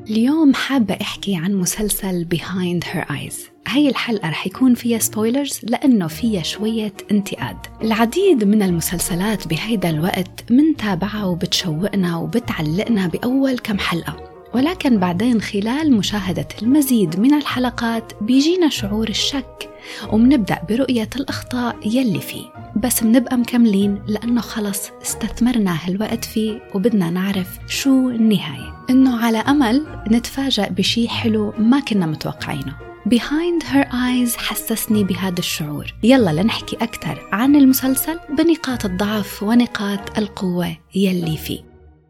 اليوم حابة أحكي عن مسلسل Behind Her Eyes. هاي الحلقة رح يكون فيها سبويلرز لأنه فيها شوية انتقاد. العديد من المسلسلات بهيدا الوقت منتابعة وبتشوقنا وبتعلقنا بأول كم حلقة، ولكن بعدين خلال مشاهدة المزيد من الحلقات بيجينا شعور الشك ومنبدأ برؤية الأخطاء يلي فيه، بس منبقى مكملين لأنه خلص استثمرنا هالوقت فيه وبدنا نعرف شو النهاية، إنه على أمل نتفاجأ بشي حلو ما كنا متوقعينه. Behind Her Eyes حسسني بهذا الشعور. يلا لنحكي أكتر عن المسلسل بنقاط الضعف ونقاط القوة يلي فيه.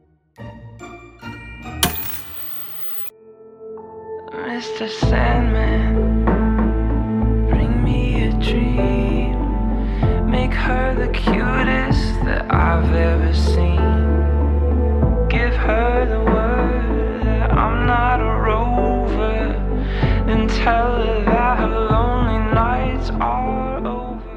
Mr. Sandman, bring me a dream. Make her the cutest that I've ever seen. Give her the word that I'm not a rover. And tell her that her lonely nights are over.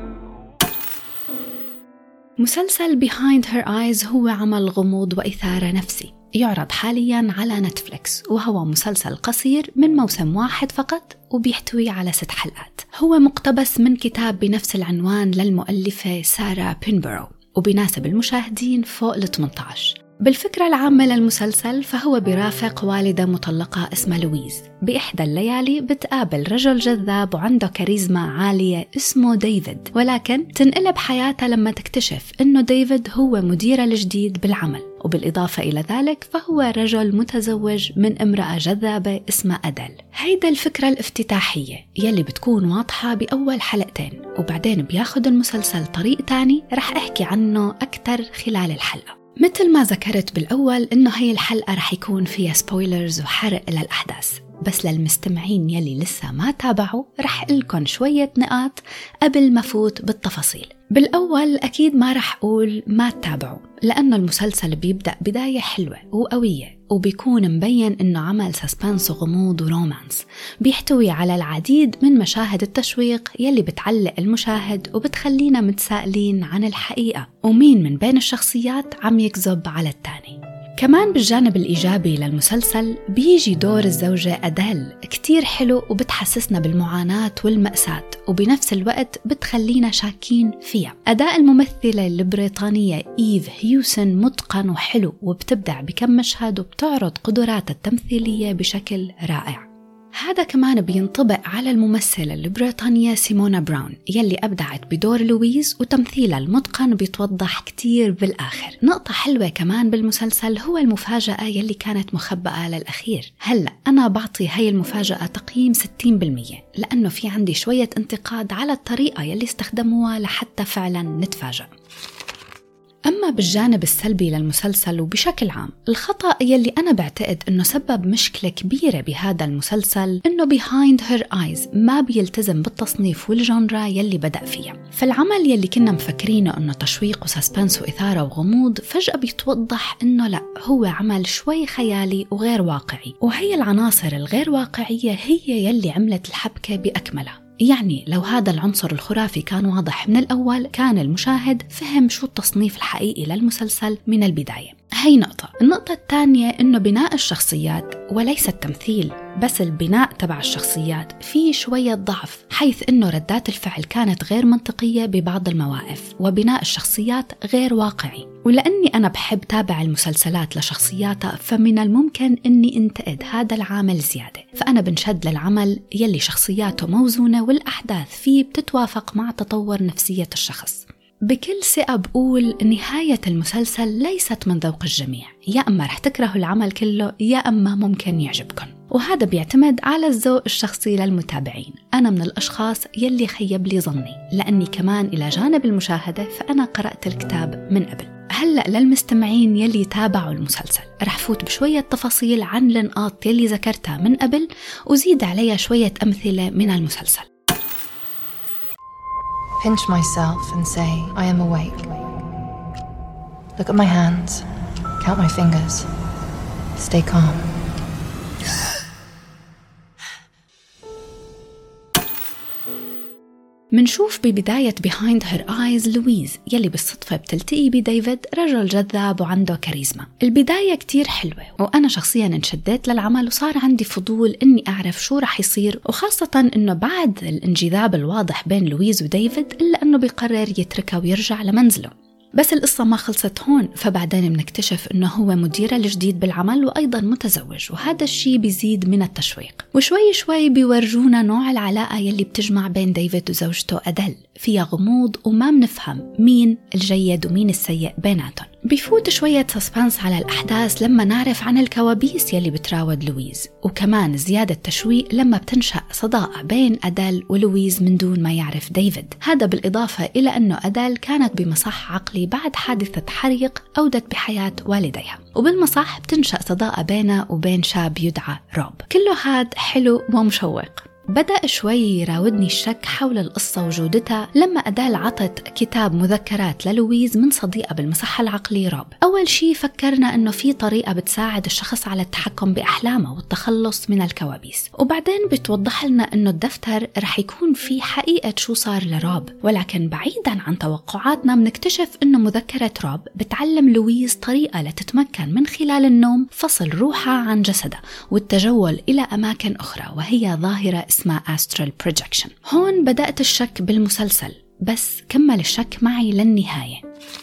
مسلسل Behind Her Eyes هو عمل غموض وإثارة نفسي، يعرض حالياً على نتفليكس، وهو مسلسل قصير من موسم واحد فقط وبيحتوي على 6 حلقات. هو مقتبس من كتاب بنفس العنوان للمؤلفة سارة بينبرو، وبيناسب المشاهدين فوق ال 18. بالفكرة العامة للمسلسل فهو برافق والدة مطلقة اسمها لويز. بإحدى الليالي بتقابل رجل جذاب وعنده كاريزما عالية اسمه ديفيد، ولكن تنقلب حياتها لما تكتشف إنه ديفيد هو مديرها الجديد بالعمل، وبالإضافة إلى ذلك فهو رجل متزوج من امرأة جذابة اسمها أدل. هيدا الفكرة الافتتاحية يلي بتكون واضحة بأول حلقتين، وبعدين بياخد المسلسل طريق تاني رح أحكي عنه أكتر خلال الحلقة. مثل ما ذكرت بالأول إنه هي الحلقة رح يكون فيها سبويلرز وحرق للأحداث، بس للمستمعين يلي لسه ما تابعوا رح لكم شوية نقاط قبل ما فوت بالتفاصيل. بالأول أكيد ما رح أقول ما تتابعوا، لأنه المسلسل بيبدأ بداية حلوة وقوية، وبيكون مبين إنه عمل سسبنس وغموض ورومانس، بيحتوي على العديد من مشاهد التشويق يلي بتعلق المشاهد وبتخلينا متسائلين عن الحقيقة ومين من بين الشخصيات عم يكذب على التاني. كمان بالجانب الإيجابي للمسلسل بيجي دور الزوجة أدل كتير حلو، وبتحسسنا بالمعاناة والمأساة، وبنفس الوقت بتخلينا شاكين فيها. أداء الممثلة البريطانية إيف هيوسن متقن وحلو، وبتبدع بكم مشهد وبتعرض قدراتها التمثيلية بشكل رائع. هذا كمان بينطبق على الممثلة البريطانية سيمونا براون يلي أبدعت بدور لويز، وتمثيلها المتقن بيتوضح كتير بالآخر. نقطة حلوة كمان بالمسلسل هو المفاجأة يلي كانت مخبأة للأخير. هلأ أنا بعطي هاي المفاجأة تقييم 60%، لأنه في عندي شوية انتقاد على الطريقة يلي استخدموها لحتى فعلا نتفاجأ. أما بالجانب السلبي للمسلسل وبشكل عام، الخطأ يلي أنا بعتقد أنه سبب مشكلة كبيرة بهذا المسلسل أنه Behind Her Eyes ما بيلتزم بالتصنيف والجانرا يلي بدأ فيها. فالعمل يلي كنا مفكرينه أنه تشويق وسسبنس وإثارة وغموض فجأة بيتوضح أنه لا، هو عمل شوي خيالي وغير واقعي، وهي العناصر الغير واقعية هي يلي عملت الحبكة بأكملها. يعني لو هذا العنصر الخرافي كان واضح من الأول كان المشاهد فهم شو التصنيف الحقيقي للمسلسل من البداية. هاي نقطة. النقطة الثانية إنه بناء الشخصيات وليس التمثيل بس، البناء تبع الشخصيات فيه شوية ضعف، حيث إنه ردات الفعل كانت غير منطقية ببعض المواقف، وبناء الشخصيات غير واقعي. ولأني أنا بحب تابع المسلسلات لشخصياتها فمن الممكن إني انتقد هذا العامل زيادة، فأنا بنشد للعمل يلي شخصياته موزونة والأحداث فيه بتتوافق مع تطور نفسية الشخص. بكل ثقة بقول نهاية المسلسل ليست من ذوق الجميع، يا أما رح تكرهوا العمل كله يا أما ممكن يعجبكم، وهذا بيعتمد على الذوق الشخصي للمتابعين. أنا من الأشخاص يلي خيب لي ظني، لأني كمان إلى جانب المشاهدة فأنا قرأت الكتاب من قبل. هلأ للمستمعين يلي تابعوا المسلسل رح فوت بشوية تفاصيل عن النقاط يلي ذكرتها من قبل، وزيد عليها شوية أمثلة من المسلسل. Pinch myself and say, I am awake. Look at my hands, count my fingers, stay calm. منشوف ببداية Behind Her Eyes لويز يلي بالصدفة بتلتقي بديفيد، رجل جذاب وعنده كاريزما. البداية كتير حلوة وأنا شخصياً انشديت للعمل وصار عندي فضول إني أعرف شو رح يصير، وخاصة إنه بعد الانجذاب الواضح بين لويز وديفيد إلا إنه بيقرر يتركها ويرجع لمنزله. بس القصة ما خلصت هون، فبعدين بنكتشف إنه هو مدير الجديد بالعمل وأيضاً متزوج، وهذا الشيء بيزيد من التشويق. وشوي شوي بيورجونا نوع العلاقة يلي بتجمع بين ديفيد وزوجته أديل، فيها غموض وما بنفهم مين الجيد ومين السيء بيناتهم. بيفوت شوية سسبانس على الأحداث لما نعرف عن الكوابيس يلي بتراود لويز، وكمان زيادة تشويق لما بتنشأ صداقة بين أديل ولويز من دون ما يعرف ديفيد. هذا بالإضافة إلى أنه أديل كانت بمصح عقلي بعد حادثة حريق أودت بحياة والديها، وبالمصح بتنشأ صداقة بينها وبين شاب يدعى روب. كله هاد حلو ومشوق. بدأ شوي يراودني الشك حول القصة وجودتها لما أديل عطت كتاب مذكرات للويز من صديقة بالمصحة العقلي روب. أول شي فكرنا أنه في طريقة بتساعد الشخص على التحكم بأحلامه والتخلص من الكوابيس، وبعدين بتوضح لنا أنه الدفتر رح يكون في حقيقة شو صار لروب. ولكن بعيداً عن توقعاتنا بنكتشف أنه مذكرة روب بتعلم لويز طريقة لتتمكن من خلال النوم فصل روحها عن جسدها والتجول إلى أماكن أخرى، وهي ظاهرة اسمها Astral Projection. هون بدأت الشك بالمسلسل، بس كمل الشك معي للنهاية.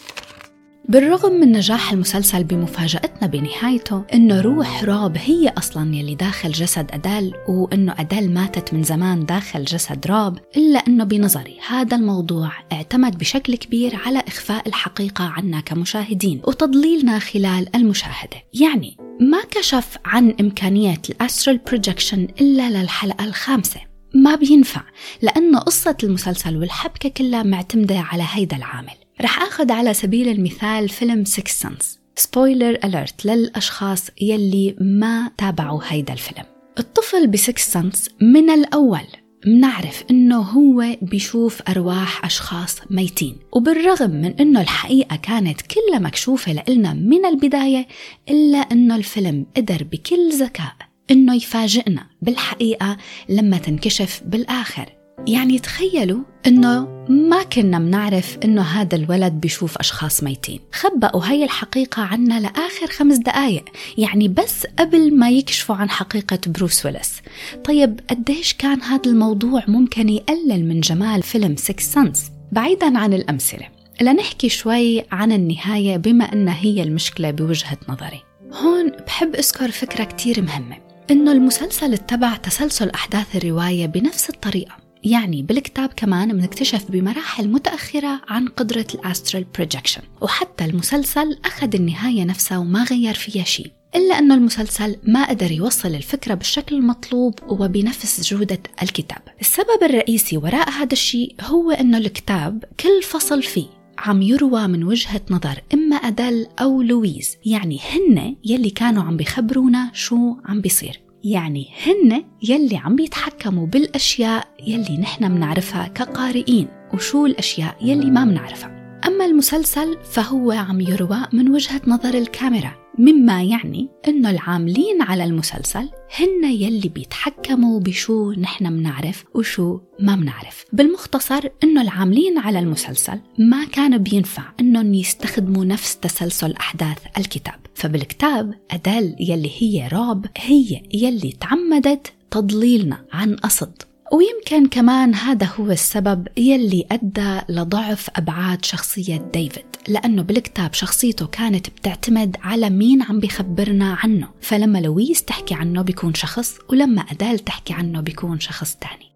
بالرغم من نجاح المسلسل بمفاجأتنا بنهايته إنه روح روب هي أصلاً يلي داخل جسد أديل، وإنه أديل ماتت من زمان داخل جسد روب، إلا إنه بنظري هذا الموضوع اعتمد بشكل كبير على إخفاء الحقيقة عنا كمشاهدين وتضليلنا خلال المشاهدة. يعني ما كشف عن إمكانية الأسترال بروجكشن إلا للحلقة الخامسة. ما بينفع، لأنه قصة المسلسل والحبكة كلها معتمدة على هيدا العامل. رح أخذ على سبيل المثال فيلم Sixth Sense. سبويلر أليرت للأشخاص يلي ما تابعوا هيدا الفيلم. الطفل بسكس سنس من الأول منعرف إنه هو بيشوف أرواح أشخاص ميتين، وبالرغم من إنه الحقيقة كانت كلها مكشوفة لإلنا من البداية، إلا إنه الفيلم قدر بكل ذكاء إنه يفاجئنا بالحقيقة لما تنكشف بالآخر. يعني تخيلوا إنه ما كنا منعرف إنه هذا الولد بيشوف أشخاص ميتين، خبأوا هاي الحقيقة عنا لآخر 5 دقايق، يعني بس قبل ما يكشفوا عن حقيقة بروس ويلس. طيب قديش كان هذا الموضوع ممكن يقلل من جمال فيلم Sixth Sense؟ بعيداً عن الأمثلة، لنحكي شوي عن النهاية بما أن هي المشكلة بوجهة نظري. هون بحب أذكر فكرة كتير مهمة، إنه المسلسل اتبع تسلسل أحداث الرواية بنفس الطريقة. يعني بالكتاب كمان بنكتشف بمراحل متأخرة عن قدرة الأسترال بروجكشن، وحتى المسلسل أخذ النهاية نفسها وما غير فيها شيء، إلا أنه المسلسل ما قدر يوصل الفكرة بالشكل المطلوب وبنفس جودة الكتاب. السبب الرئيسي وراء هذا الشيء هو أنه الكتاب كل فصل فيه عم يروى من وجهة نظر إما أديل أو لويز، يعني هن يلي كانوا عم بيخبرونا شو عم بيصير، يعني هن يلي عم بيتحكموا بالأشياء يلي نحن منعرفها كقارئين وشو الأشياء يلي ما منعرفها. أما المسلسل فهو عم يروى من وجهة نظر الكاميرا، مما يعني إنه العاملين على المسلسل هن يلي بيتحكموا بشو نحن منعرف وشو ما منعرف. بالمختصر إنه العاملين على المسلسل ما كان بينفع إنهم يستخدموا نفس تسلسل أحداث الكتاب، فبالكتاب أديل يلي هي روب هي يلي تعمدت تضليلنا عن قصد. ويمكن كمان هذا هو السبب يلي أدى لضعف أبعاد شخصية ديفيد، لأنه بالكتاب شخصيته كانت بتعتمد على مين عم بيخبرنا عنه، فلما لويز تحكي عنه بيكون شخص، ولما أديل تحكي عنه بيكون شخص تاني.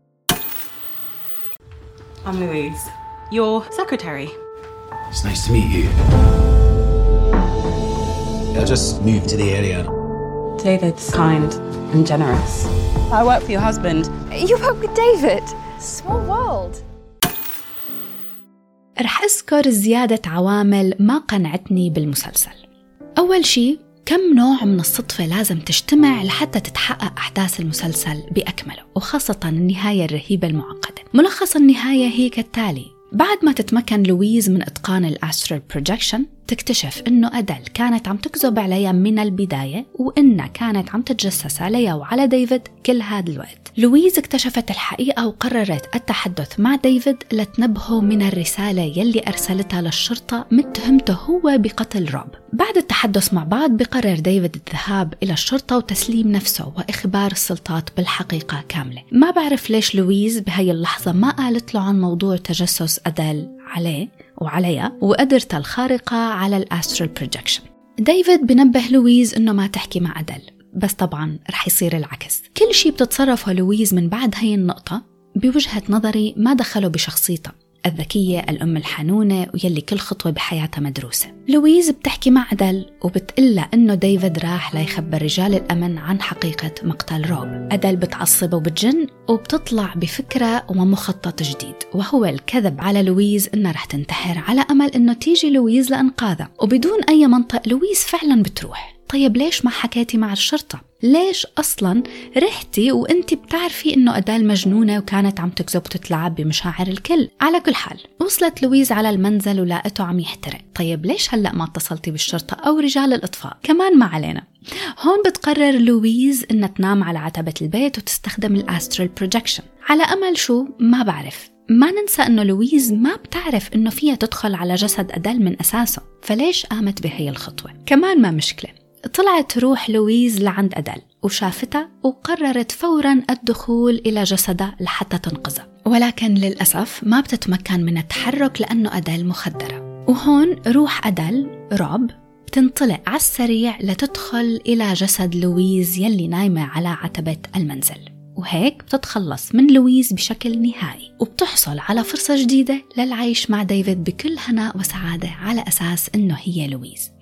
I'm Louise, your secretary. It's nice to meet you. I just moved to the area. David's kind and generous. I work for your husband. You work with David? Small world. رح أذكر زيادة عوامل ما قنعتني بالمسلسل. أول شيء، كم نوع من الصدفة لازم تجتمع لحتى تتحقق أحداث المسلسل بأكمله، وخاصة النهاية الرهيبة المعقدة. ملخص النهاية هي كالتالي: بعد ما تتمكن لويز من إتقان الأسترال بروجكشن، تكتشف إنه أدل كانت عم تكذب عليها من البداية، وإنها كانت عم تتجسس عليها وعلى ديفيد كل هذا الوقت. لويز اكتشفت الحقيقة وقررت التحدث مع ديفيد لتنبهه من الرسالة يلي أرسلتها للشرطة متهمته هو بقتل روب. بعد التحدث مع بعض بقرر ديفيد الذهاب إلى الشرطة وتسليم نفسه وإخبار السلطات بالحقيقة كاملة. ما بعرف ليش لويز بهاي اللحظة ما قالت له عن موضوع تجسس أدل عليه وعليها وقدرتها الخارقة على الأسترال بروجكشن. ديفيد بنبه لويز إنه ما تحكي مع أدل، بس طبعاً رح يصير العكس. كل شيء بتتصرفه لويز من بعد هاي النقطة بوجهة نظري ما دخله بشخصيتها الذكية، الأم الحنونة ويلي كل خطوة بحياتها مدروسة. لويز بتحكي مع أدل وبتقلها إنه ديفيد راح ليخبر رجال الأمن عن حقيقة مقتل روب. أدل بتعصب وبتجن وبتطلع بفكرة ومخطط جديد، وهو الكذب على لويز إنها رح تنتحر على أمل إنه تيجي لويز لإنقاذها. وبدون أي منطق لويز فعلاً بتروح. طيب ليش ما حكيتي مع الشرطة؟ ليش أصلاً رحتي وإنتي بتعرفي إنه أدال مجنونة وكانت عم تكذب وتتلاعب بمشاعر الكل؟ على كل حال وصلت لويز على المنزل ولقيته عم يحترق. طيب ليش هلأ ما اتصلتي بالشرطة أو رجال الإطفاء؟ كمان ما علينا. هون بتقرر لويز إنها تنام على عتبة البيت وتستخدم الأسترال بروجكشن. على أمل شو؟ ما بعرف. ما ننسى إنه لويز ما بتعرف إنه فيها تدخل على جسد أدل من أساسه، فليش قامت بهي الخطوة؟ كمان ما مشكلة. طلعت روح لويز لعند أدل وشافتها وقررت فوراً الدخول إلى جسدها لحتى تنقذها، ولكن للأسف ما بتتمكن من التحرك لأنه أدل مخدرة. وهون روح أدل روب بتنطلق على السريع لتدخل إلى جسد لويز يلي نايمة على عتبة المنزل، وهيك بتتخلص من لويز بشكل نهائي وبتحصل على فرصة جديدة للعيش مع ديفيد بكل هناء وسعادة على أساس إنه هي لويز.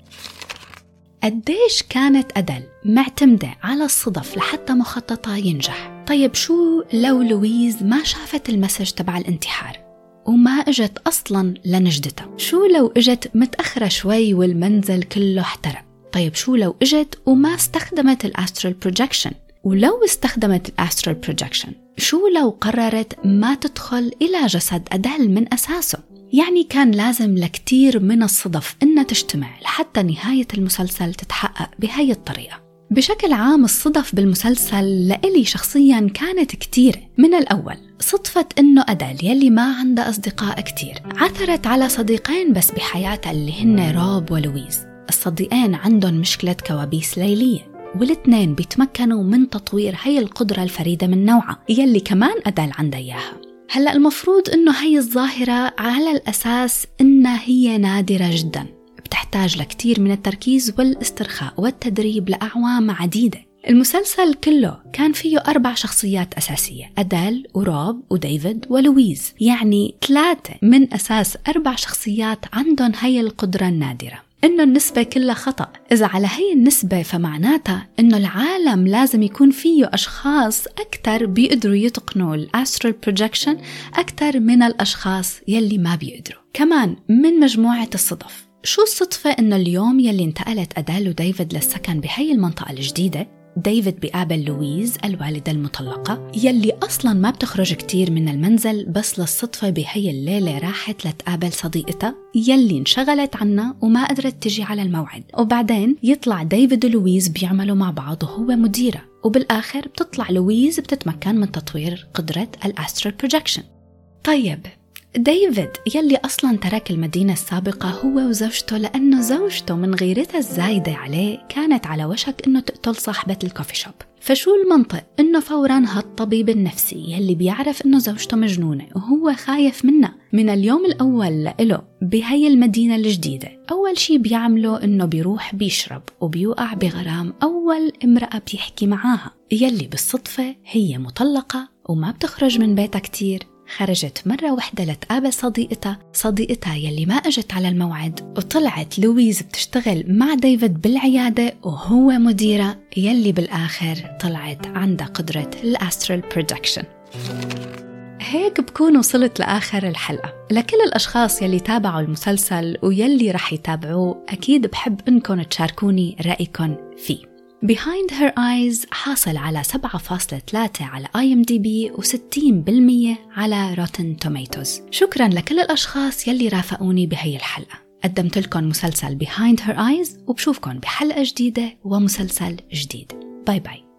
قديش كانت أدل معتمدة على الصدف لحتى مخططها ينجح؟ طيب شو لو لويز ما شافت المسج تبع الانتحار وما اجت أصلاً لنجدتها؟ شو لو اجت متأخرة شوي والمنزل كله احترق؟ طيب شو لو اجت وما استخدمت الأسترال بروجكشن؟ ولو استخدمت الأسترال بروجكشن شو لو قررت ما تدخل إلى جسد أدل من أساسه؟ يعني كان لازم لكتير من الصدف إنها تجتمع لحتى نهاية المسلسل تتحقق بهاي الطريقة. بشكل عام الصدف بالمسلسل لإلي شخصياً كانت كتيرة. من الأول صدفة إنه أدل يلي ما عندها أصدقاء كتير عثرت على صديقين بس بحياتها اللي هن روب ولويز. الصديقين عندهم مشكلة كوابيس ليلية، والاثنين بيتمكنوا من تطوير هاي القدرة الفريدة من نوعها يلي كمان أدل عندها إياها. هلأ المفروض إنه هاي الظاهرة على الأساس إنها هي نادرة جداً، بتحتاج لكتير من التركيز والاسترخاء والتدريب لأعوام عديدة. المسلسل كله كان فيه 4 شخصيات أساسية، أدل وروب وديفيد ولويز، يعني 3 من أساس 4 شخصيات عندهم هاي القدرة النادرة. إنه النسبة كلها خطأ. إذا على هي النسبة فمعناتها إنه العالم لازم يكون فيه أشخاص أكتر بيقدروا يتقنوا الأسترال بروجكشن أكتر من الأشخاص يلي ما بيقدروا. كمان من مجموعة الصدف، شو الصدفة إنه اليوم يلي انتقلت أدل وديفيد للسكن بهاي المنطقة الجديدة ديفيد بيقابل لويز الوالدة المطلقة يلي أصلاً ما بتخرج كتير من المنزل، بس للصدفة بهي الليلة راحت لتقابل صديقتها يلي انشغلت عنها وما قدرت تجي على الموعد. وبعدين يطلع ديفيد ولويز بيعملوا مع بعض وهو مديرة، وبالآخر بتطلع لويز بتتمكن من تطوير قدرة الأسترال بروجكشن. طيب ديفيد يلي أصلاً ترك المدينة السابقة هو وزوجته لأنه زوجته من غيرتها الزايدة عليه كانت على وشك إنه تقتل صاحبة الكوفي شوب. فشو المنطق إنه فوراً هالطبيب النفسي يلي بيعرف إنه زوجته مجنونة وهو خايف منها من اليوم الأول لإله بهاي المدينة الجديدة، أول شي بيعمله إنه بيروح بيشرب وبيوقع بغرام أول امرأة بيحكي معاها يلي بالصدفة هي مطلقة وما بتخرج من بيتها كتير. خرجت مرة واحدة لتقابل صديقتها يلي ما اجت على الموعد، وطلعت لويز بتشتغل مع ديفيد بالعيادة وهو مديرة يلي بالآخر طلعت عندها قدرة الأسترال بروجكشن. هيك بكون وصلت لآخر الحلقة. لكل الأشخاص يلي تابعوا المسلسل ويلي رح يتابعوه أكيد بحب إنكم تشاركوني رأيكم فيه. Behind Her Eyes حاصل على 7.3 على IMDb و60% على Rotten Tomatoes. شكراً لكل الأشخاص يلي رافقوني بهي الحلقة. قدمت لكم مسلسل Behind Her Eyes، وبشوفكم بحلقة جديدة ومسلسل جديد. باي باي.